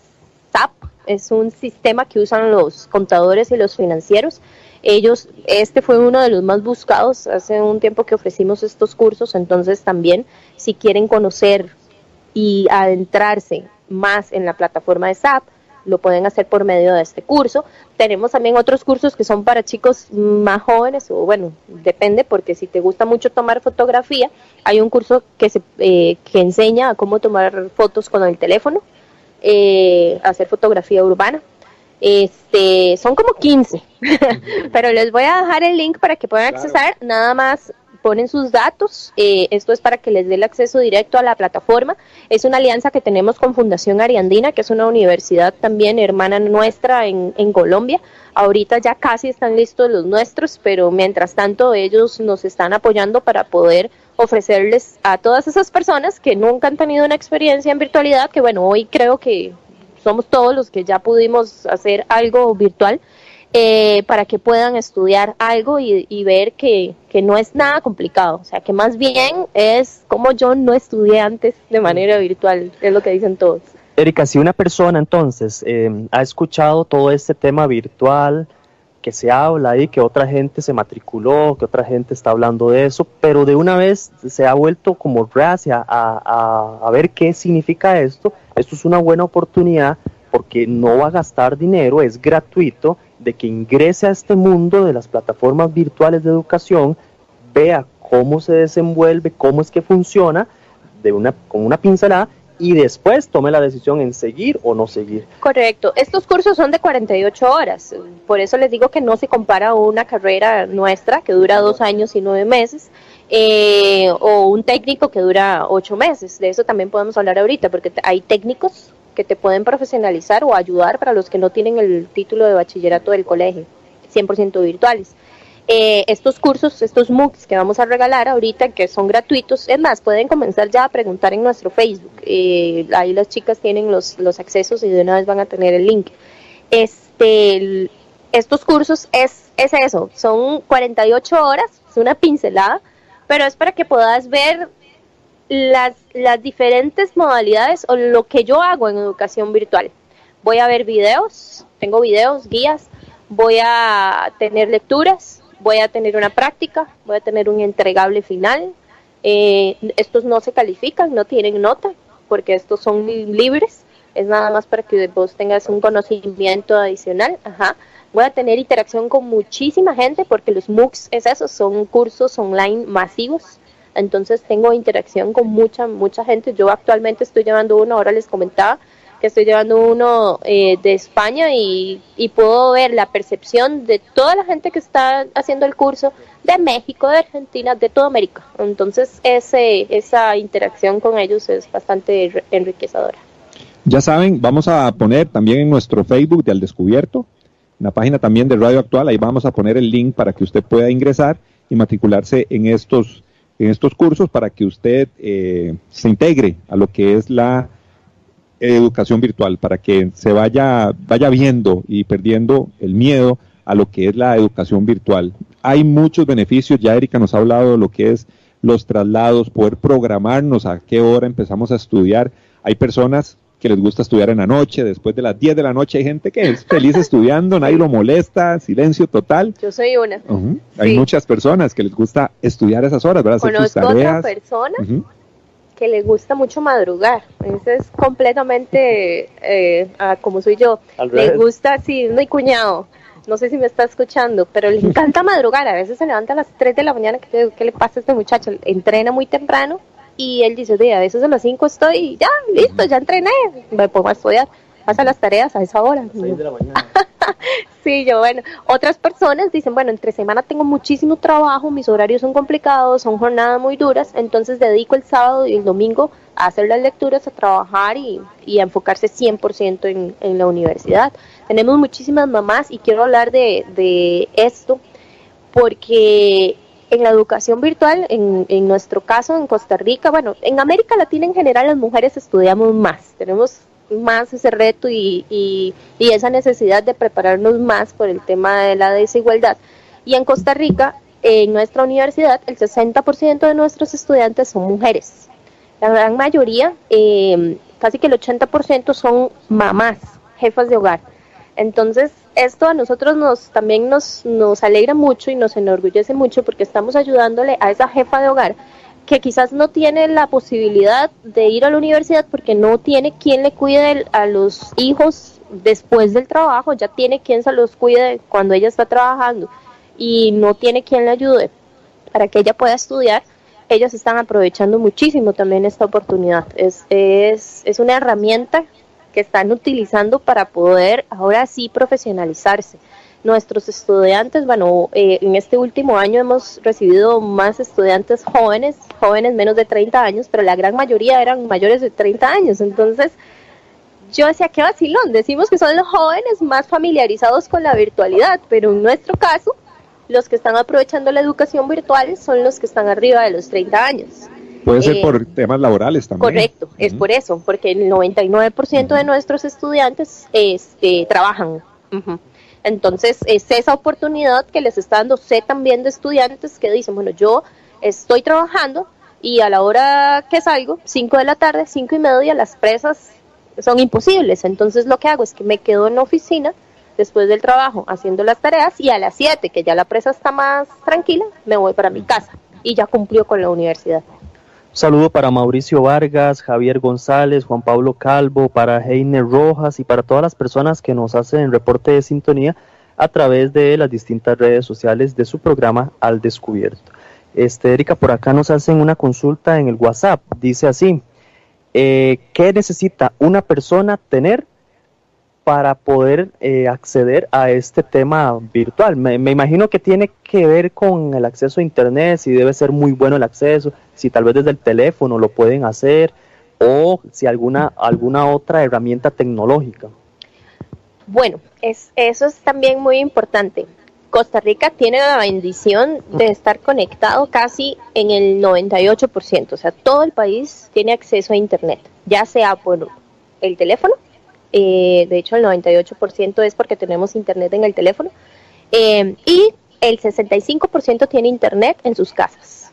es un sistema que usan los contadores y los financieros. Este fue uno de los más buscados hace un tiempo que ofrecimos estos cursos, entonces también si quieren conocer y adentrarse más en la plataforma de SAP, lo pueden hacer por medio de este curso. Tenemos también otros cursos que son para chicos más jóvenes, o bueno, depende, porque si te gusta mucho tomar fotografía, hay un curso que enseña a cómo tomar fotos con el teléfono, hacer fotografía urbana. Son como 15 pero les voy a dejar el link para que puedan accesar. Nada más ponen sus datos, esto es para que les dé el acceso directo a la plataforma. Es una alianza que tenemos con Fundación Ariandina, que es una universidad también hermana nuestra en Colombia. Ahorita ya casi están listos los nuestros, pero mientras tanto ellos nos están apoyando para poder ofrecerles a todas esas personas que nunca han tenido una experiencia en virtualidad, que bueno, hoy creo que somos todos los que ya pudimos hacer algo virtual, para que puedan estudiar algo y ver que no es nada complicado, o sea, que más bien es como yo no estudié antes de manera virtual, es lo que dicen todos. Erika, si una persona entonces ha escuchado todo este tema virtual, que se habla ahí, que otra gente se matriculó, que otra gente está hablando de eso, pero de una vez se ha vuelto como reacia a ver qué significa esto es una buena oportunidad porque no va a gastar dinero, es gratuito, de que ingrese a este mundo de las plataformas virtuales de educación, vea cómo se desenvuelve, cómo es que funciona, con una pincelada, y después tome la decisión en seguir o no seguir. Correcto, estos cursos son de 48 horas, por eso les digo que no se compara a una carrera nuestra que dura 2 años y 9 meses, o un técnico que dura 8 meses, de eso también podemos hablar ahorita, porque hay técnicos que te pueden profesionalizar o ayudar para los que no tienen el título de bachillerato del colegio, 100% virtuales. Estos cursos, estos MOOCs que vamos a regalar ahorita, que son gratuitos, es más, pueden comenzar ya a preguntar en nuestro Facebook, ahí las chicas tienen los accesos y de una vez van a tener el link. Estos cursos es eso, son 48 horas, es una pincelada, pero es para que puedas ver las diferentes modalidades o lo que yo hago en educación virtual. Voy a ver videos, tengo videos, guías, voy a tener lecturas, voy a tener una práctica, voy a tener un entregable final. Estos no se califican, no tienen nota, porque estos son libres, es nada más para que vos tengas un conocimiento adicional. Voy a tener interacción con muchísima gente, porque los MOOCs es eso, son cursos online masivos, entonces tengo interacción con mucha gente. Yo actualmente estoy llevando uno, ahora les comentaba que estoy llevando uno de España y puedo ver la percepción de toda la gente que está haciendo el curso, de México, de Argentina, de toda América. Entonces esa interacción con ellos es bastante enriquecedora. Ya saben, vamos a poner también en nuestro Facebook de Al Descubierto, en la página también de Radio Actual, ahí vamos a poner el link para que usted pueda ingresar y matricularse en estos cursos para que usted se integre a lo que es la educación virtual, para que se vaya viendo y perdiendo el miedo a lo que es la educación virtual. Hay muchos beneficios, ya Erika nos ha hablado de lo que es los traslados, poder programarnos a qué hora empezamos a estudiar. Hay personas que les gusta estudiar en la noche, después de las 10 de la noche hay gente que es feliz estudiando, nadie lo molesta, silencio total. Yo soy una. Sí. Hay muchas personas que les gusta estudiar esas horas, ¿verdad? Conozco otra persona que le gusta mucho madrugar, eso es completamente como soy yo, le gusta, sí, mi cuñado, no sé si me está escuchando, pero le encanta madrugar, a veces se levanta a las 3 de la mañana, ¿qué le pasa a este muchacho? Entrena muy temprano, y él dice, a veces a las 5 estoy, ya, listo, ya entrené, me pongo a estudiar, pasa las tareas a esa hora. 6 de la mañana. Sí, bueno, otras personas dicen, bueno, entre semana tengo muchísimo trabajo, mis horarios son complicados, son jornadas muy duras, entonces dedico el sábado y el domingo a hacer las lecturas, a trabajar y a enfocarse 100% en la universidad. Tenemos muchísimas mamás y quiero hablar de esto porque en la educación virtual, en nuestro caso en Costa Rica, bueno, en América Latina en general las mujeres estudiamos más, tenemos más ese reto y esa necesidad de prepararnos más por el tema de la desigualdad. Y en Costa Rica, en nuestra universidad, el 60% de nuestros estudiantes son mujeres. La gran mayoría, casi que el 80% son mamás, jefas de hogar. Entonces, esto a nosotros también nos alegra mucho y nos enorgullece mucho porque estamos ayudándole a esa jefa de hogar que quizás no tiene la posibilidad de ir a la universidad porque no tiene quien le cuide a los hijos después del trabajo, ya tiene quien se los cuide cuando ella está trabajando y no tiene quien le ayude para que ella pueda estudiar. Ellos están aprovechando muchísimo también esta oportunidad. Es una herramienta que están utilizando para poder ahora sí profesionalizarse. Nuestros estudiantes, bueno, en este último año hemos recibido más estudiantes jóvenes menos de 30 años, pero la gran mayoría eran mayores de 30 años. Entonces, yo decía, qué vacilón, decimos que son los jóvenes más familiarizados con la virtualidad, pero en nuestro caso, los que están aprovechando la educación virtual son los que están arriba de los 30 años. Puede ser por temas laborales también. Correcto, es por eso, porque el 99% de nuestros estudiantes trabajan. Entonces, es esa oportunidad que les está dando. Sé también de estudiantes que dicen, bueno, yo estoy trabajando y a la hora que salgo, 5 de la tarde, 5:30, las presas son imposibles. Entonces, lo que hago es que me quedo en la oficina después del trabajo haciendo las tareas y a las 7, que ya la presa está más tranquila, me voy para mi casa y ya cumplió con la universidad. Saludo para Mauricio Vargas, Javier González, Juan Pablo Calvo, para Heiner Rojas y para todas las personas que nos hacen reporte de sintonía a través de las distintas redes sociales de su programa Al Descubierto. Erika, por acá nos hacen una consulta en el WhatsApp, dice así, ¿qué necesita una persona tener para poder acceder a este tema virtual? Me imagino que tiene que ver con el acceso a internet, si debe ser muy bueno el acceso, si tal vez desde el teléfono lo pueden hacer o si alguna otra herramienta tecnológica. Bueno, eso es también muy importante. Costa Rica tiene la bendición de estar conectado casi en el 98%, o sea, todo el país tiene acceso a internet, ya sea por el teléfono. De hecho el 98% es porque tenemos internet en el teléfono y el 65% tiene internet en sus casas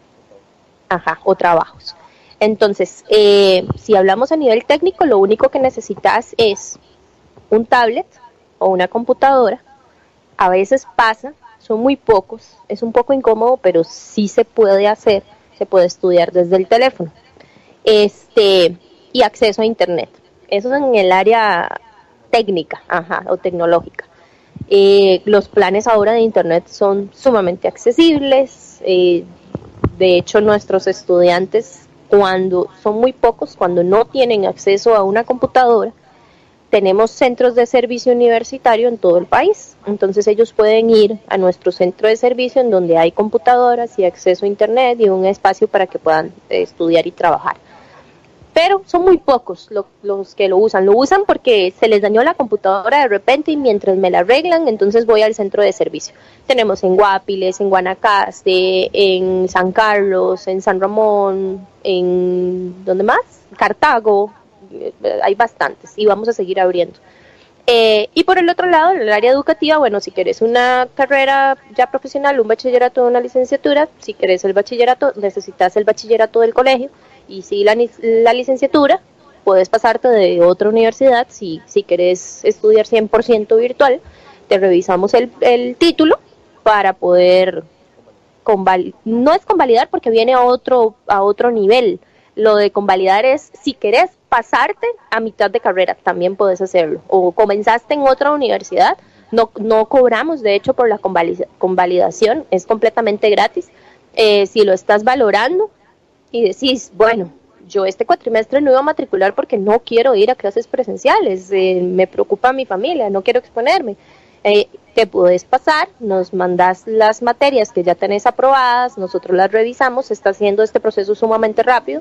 o trabajos. Entonces, si hablamos a nivel técnico, lo único que necesitas es un tablet o una computadora. A veces pasa, son muy pocos, es un poco incómodo, pero sí se puede hacer, se puede estudiar desde el teléfono y acceso a internet. Eso es en el área técnica, o tecnológica. Los planes ahora de internet son sumamente accesibles. De hecho, nuestros estudiantes, cuando son muy pocos, cuando no tienen acceso a una computadora, tenemos centros de servicio universitario en todo el país. Entonces ellos pueden ir a nuestro centro de servicio en donde hay computadoras y acceso a internet y un espacio para que puedan estudiar y trabajar. Pero son muy pocos los que lo usan. Lo usan porque se les dañó la computadora de repente y mientras me la arreglan, entonces voy al centro de servicio. Tenemos en Guapiles, en Guanacaste, en San Carlos, en San Ramón, ¿dónde más? Cartago, hay bastantes y vamos a seguir abriendo. Y por el otro lado, en el área educativa, bueno, si querés una carrera ya profesional, un bachillerato o una licenciatura, si querés el bachillerato, necesitas el bachillerato del colegio. Y si la licenciatura, puedes pasarte de otra universidad. Si querés estudiar 100% virtual, te revisamos el título para poder no es convalidar porque viene a otro nivel. Lo de convalidar es si querés pasarte a mitad de carrera, también puedes hacerlo. O comenzaste en otra universidad, no cobramos de hecho por la convalidación, es completamente gratis. Si lo estás valorando y decís, bueno, yo este cuatrimestre no iba a matricular porque no quiero ir a clases presenciales, me preocupa mi familia, no quiero exponerme. te puedes pasar, nos mandas las materias que ya tenés aprobadas, nosotros las revisamos, está haciendo este proceso sumamente rápido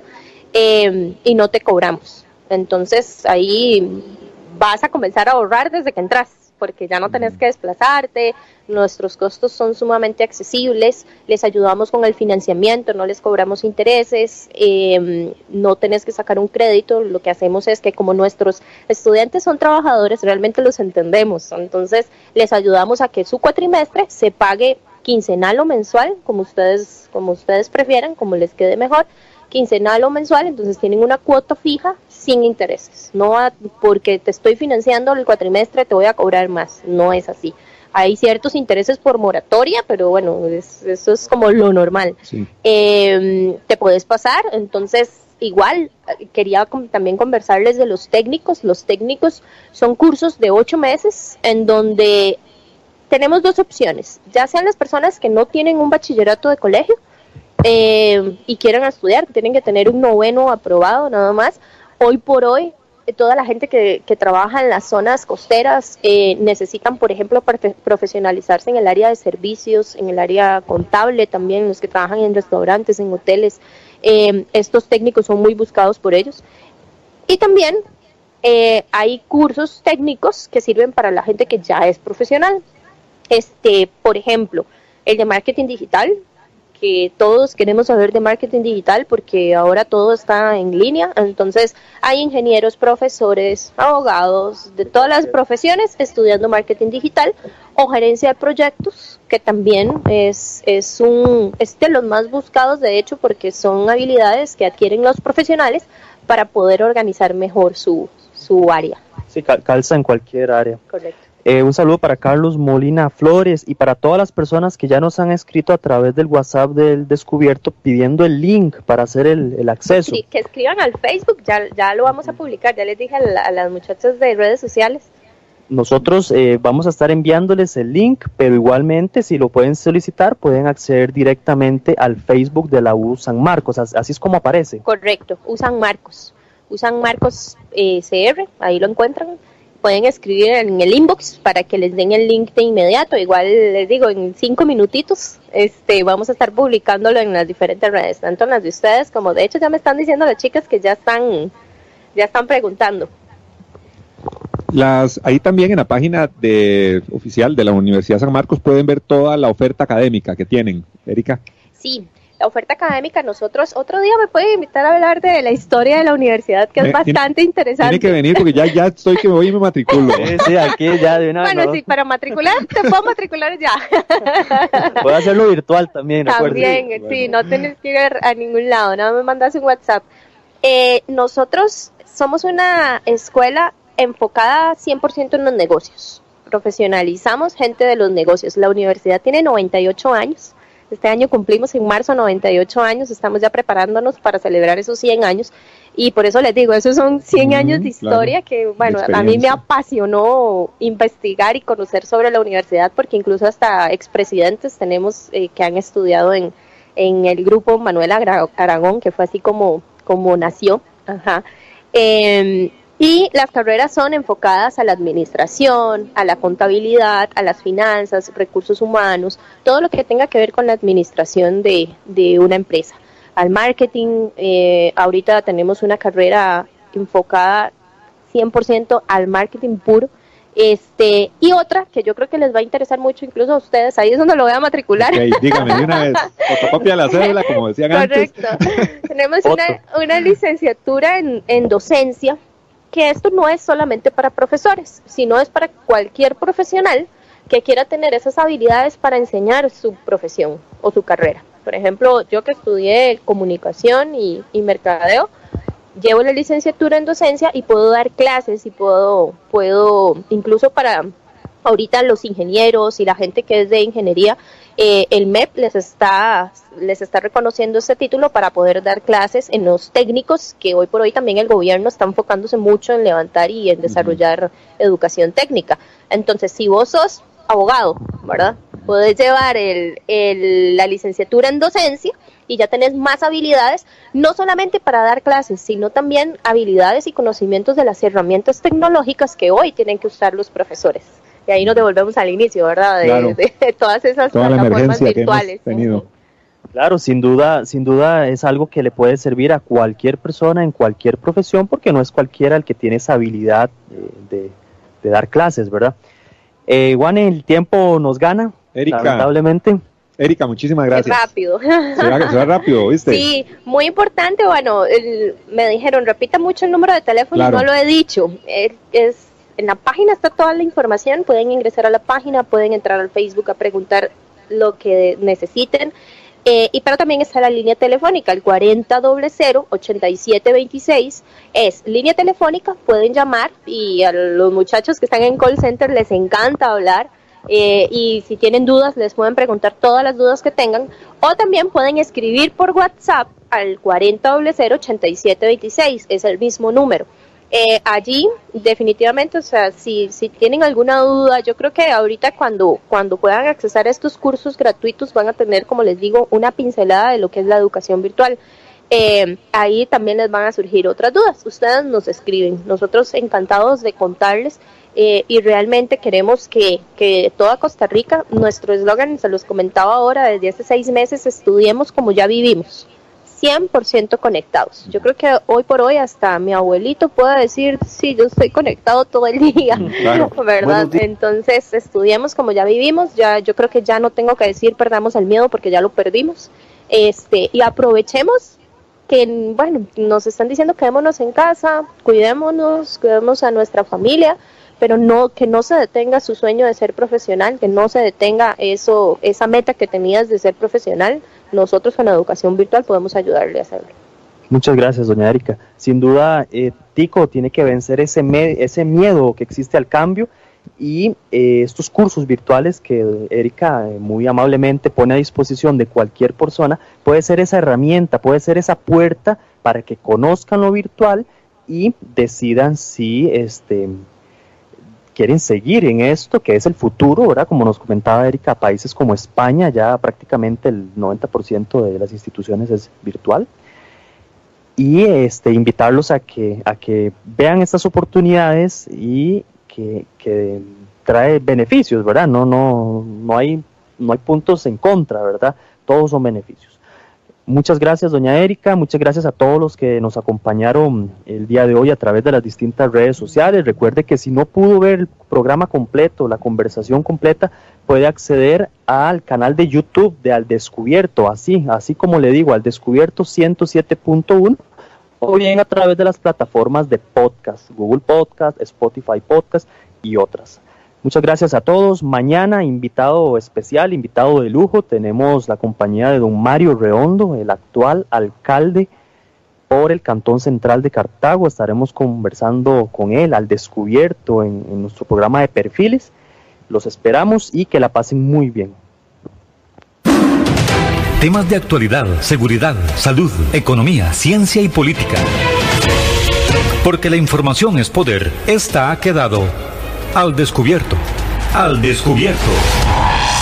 y no te cobramos. Entonces ahí vas a comenzar a ahorrar desde que entras, porque ya no tenés que desplazarte, nuestros costos son sumamente accesibles, les ayudamos con el financiamiento, no les cobramos intereses, no tenés que sacar un crédito, lo que hacemos es que como nuestros estudiantes son trabajadores, realmente los entendemos, entonces les ayudamos a que su cuatrimestre se pague quincenal o mensual, como ustedes prefieran, como les quede mejor, quincenal o mensual, entonces tienen una cuota fija sin intereses, no porque te estoy financiando el cuatrimestre te voy a cobrar más, no es así. Hay ciertos intereses por moratoria, pero bueno, eso es como lo normal. Sí. Te puedes pasar, entonces igual quería también conversarles de los técnicos. Los técnicos son cursos de 8 meses en donde tenemos dos opciones, ya sean las personas que no tienen un bachillerato de colegio, y quieran estudiar, tienen que tener un 9º aprobado nada más. Hoy por hoy, toda la gente que trabaja en las zonas costeras necesitan, por ejemplo, profesionalizarse en el área de servicios, en el área contable también, los que trabajan en restaurantes, en hoteles. Estos técnicos son muy buscados por ellos. Y también hay cursos técnicos que sirven para la gente que ya es profesional. Por ejemplo, el de marketing digital, que todos queremos saber de marketing digital porque ahora todo está en línea, entonces hay ingenieros, profesores, abogados, de todas las profesiones estudiando marketing digital o gerencia de proyectos, que también es de los más buscados de hecho porque son habilidades que adquieren los profesionales para poder organizar mejor su área. Sí, calza en cualquier área. Correcto. Un saludo para Carlos Molina Flores y para todas las personas que ya nos han escrito a través del WhatsApp del Descubierto pidiendo el link para hacer el acceso. Sí, que escriban al Facebook, ya lo vamos a publicar, ya les dije a las muchachas de redes sociales. Nosotros vamos a estar enviándoles el link, pero igualmente si lo pueden solicitar pueden acceder directamente al Facebook de la U San Marcos, así es como aparece. Correcto, U San Marcos CR, ahí lo encuentran. Pueden escribir en el inbox para que les den el link de inmediato. Igual les digo, en 5 minutitos vamos a estar publicándolo en las diferentes redes, tanto en las de ustedes como de hecho ya me están diciendo las chicas que ya están preguntando. Ahí también en la página oficial de la Universidad San Marcos pueden ver toda la oferta académica que tienen. Erika. Sí. La oferta académica, nosotros, otro día me pueden invitar a hablar de la historia de la universidad, que es bastante interesante. Tiene que venir porque ya estoy que me voy y me matriculo. Sí, aquí ya de una vez. Bueno, sí, para matricular, te puedo matricular ya. Puedo hacerlo virtual también. También, bueno. Sí, no tienes que ir a ningún lado, nada me mandas un WhatsApp. Nosotros somos una escuela enfocada 100% en los negocios. Profesionalizamos gente de los negocios. La universidad tiene 98 años. Este año cumplimos en marzo 98 años, estamos ya preparándonos para celebrar esos 100 años y por eso les digo, esos son 100 años de historia, claro, que bueno, a mí me apasionó investigar y conocer sobre la universidad porque incluso hasta expresidentes tenemos que han estudiado en el grupo Manuel Aragón, que fue así como nació. Ajá. Y las carreras son enfocadas a la administración, a la contabilidad, a las finanzas, recursos humanos, todo lo que tenga que ver con la administración de una empresa. Al marketing, ahorita tenemos una carrera enfocada 100% al marketing puro. Y otra que yo creo que les va a interesar mucho, incluso a ustedes, ahí es donde lo voy a matricular. Okay, dígame de una vez, fotocopia la cédula, como decían antes. Correcto. Tenemos una licenciatura en docencia, que esto no es solamente para profesores, sino es para cualquier profesional que quiera tener esas habilidades para enseñar su profesión o su carrera. Por ejemplo, yo que estudié comunicación y mercadeo, llevo la licenciatura en docencia y puedo dar clases y puedo incluso para ahorita los ingenieros y la gente que es de ingeniería, el MEP les está reconociendo este título para poder dar clases en los técnicos, que hoy por hoy también el gobierno está enfocándose mucho en levantar y en desarrollar educación técnica. Entonces, si vos sos abogado, ¿verdad? Puedes llevar la licenciatura en docencia y ya tenés más habilidades, no solamente para dar clases, sino también habilidades y conocimientos de las herramientas tecnológicas que hoy tienen que usar los profesores. Y ahí nos devolvemos al inicio, ¿verdad? De todas esas plataformas virtuales. Claro, sin duda es algo que le puede servir a cualquier persona en cualquier profesión, porque no es cualquiera el que tiene esa habilidad de dar clases, ¿verdad? Juane, el tiempo nos gana, Erika, lamentablemente. Erika, muchísimas gracias. Rápido. Se va rápido, ¿viste? Sí, muy importante. Bueno, me dijeron, repita mucho el número de teléfono, claro. No lo he dicho. En la página está toda la información, pueden ingresar a la página, pueden entrar al Facebook a preguntar lo que necesiten. Pero también está la línea telefónica, el 4000-8726, es línea telefónica, pueden llamar y a los muchachos que están en call center les encanta hablar, y si tienen dudas les pueden preguntar todas las dudas que tengan, o también pueden escribir por WhatsApp al 4000-8726, es el mismo número. Allí definitivamente, o sea, si tienen alguna duda, yo creo que ahorita cuando puedan accesar a estos cursos gratuitos van a tener, como les digo, una pincelada de lo que es la educación virtual. Ahí también les van a surgir otras dudas. Ustedes nos escriben, nosotros encantados de contarles, y realmente queremos que toda Costa Rica, nuestro eslogan, se los comentaba ahora, desde hace 6 meses, estudiemos como ya vivimos. 100% conectados. Yo creo que hoy por hoy hasta mi abuelito puede decir, sí, yo estoy conectado todo el día, claro. ¿Verdad? Entonces, estudiemos como ya vivimos, yo creo que ya no tengo que decir perdamos el miedo porque ya lo perdimos, y aprovechemos que, bueno, nos están diciendo quedémonos en casa, cuidemos a nuestra familia, pero que no se detenga su sueño de ser profesional, que no se detenga esa meta que tenías de ser profesional. Nosotros con la educación virtual podemos ayudarle a hacerlo. Muchas gracias, doña Erika. Sin duda, Tico tiene que vencer ese miedo que existe al cambio, y estos cursos virtuales que Erika muy amablemente pone a disposición de cualquier persona, puede ser esa herramienta, puede ser esa puerta para que conozcan lo virtual y decidan si quieren seguir en esto, que es el futuro, ¿verdad? Como nos comentaba Erika, países como España, ya prácticamente el 90% de las instituciones es virtual, y invitarlos a que vean estas oportunidades y que trae beneficios, ¿verdad? No hay puntos en contra, ¿verdad? Todos son beneficios. Muchas gracias, doña Erika, muchas gracias a todos los que nos acompañaron el día de hoy a través de las distintas redes sociales. Recuerde que si no pudo ver el programa completo, la conversación completa, puede acceder al canal de YouTube de Al Descubierto, así como le digo, Al Descubierto 107.1, o bien a través de las plataformas de podcast, Google Podcast, Spotify Podcast y otras. Muchas gracias a todos. Mañana, invitado especial, invitado de lujo, tenemos la compañía de don Mario Redondo, el actual alcalde por el Cantón Central de Cartago. Estaremos conversando con él al descubierto en nuestro programa de perfiles. Los esperamos y que la pasen muy bien. Temas de actualidad, seguridad, salud, economía, ciencia y política. Porque la información es poder. Esta ha quedado Al Descubierto. Al Descubierto.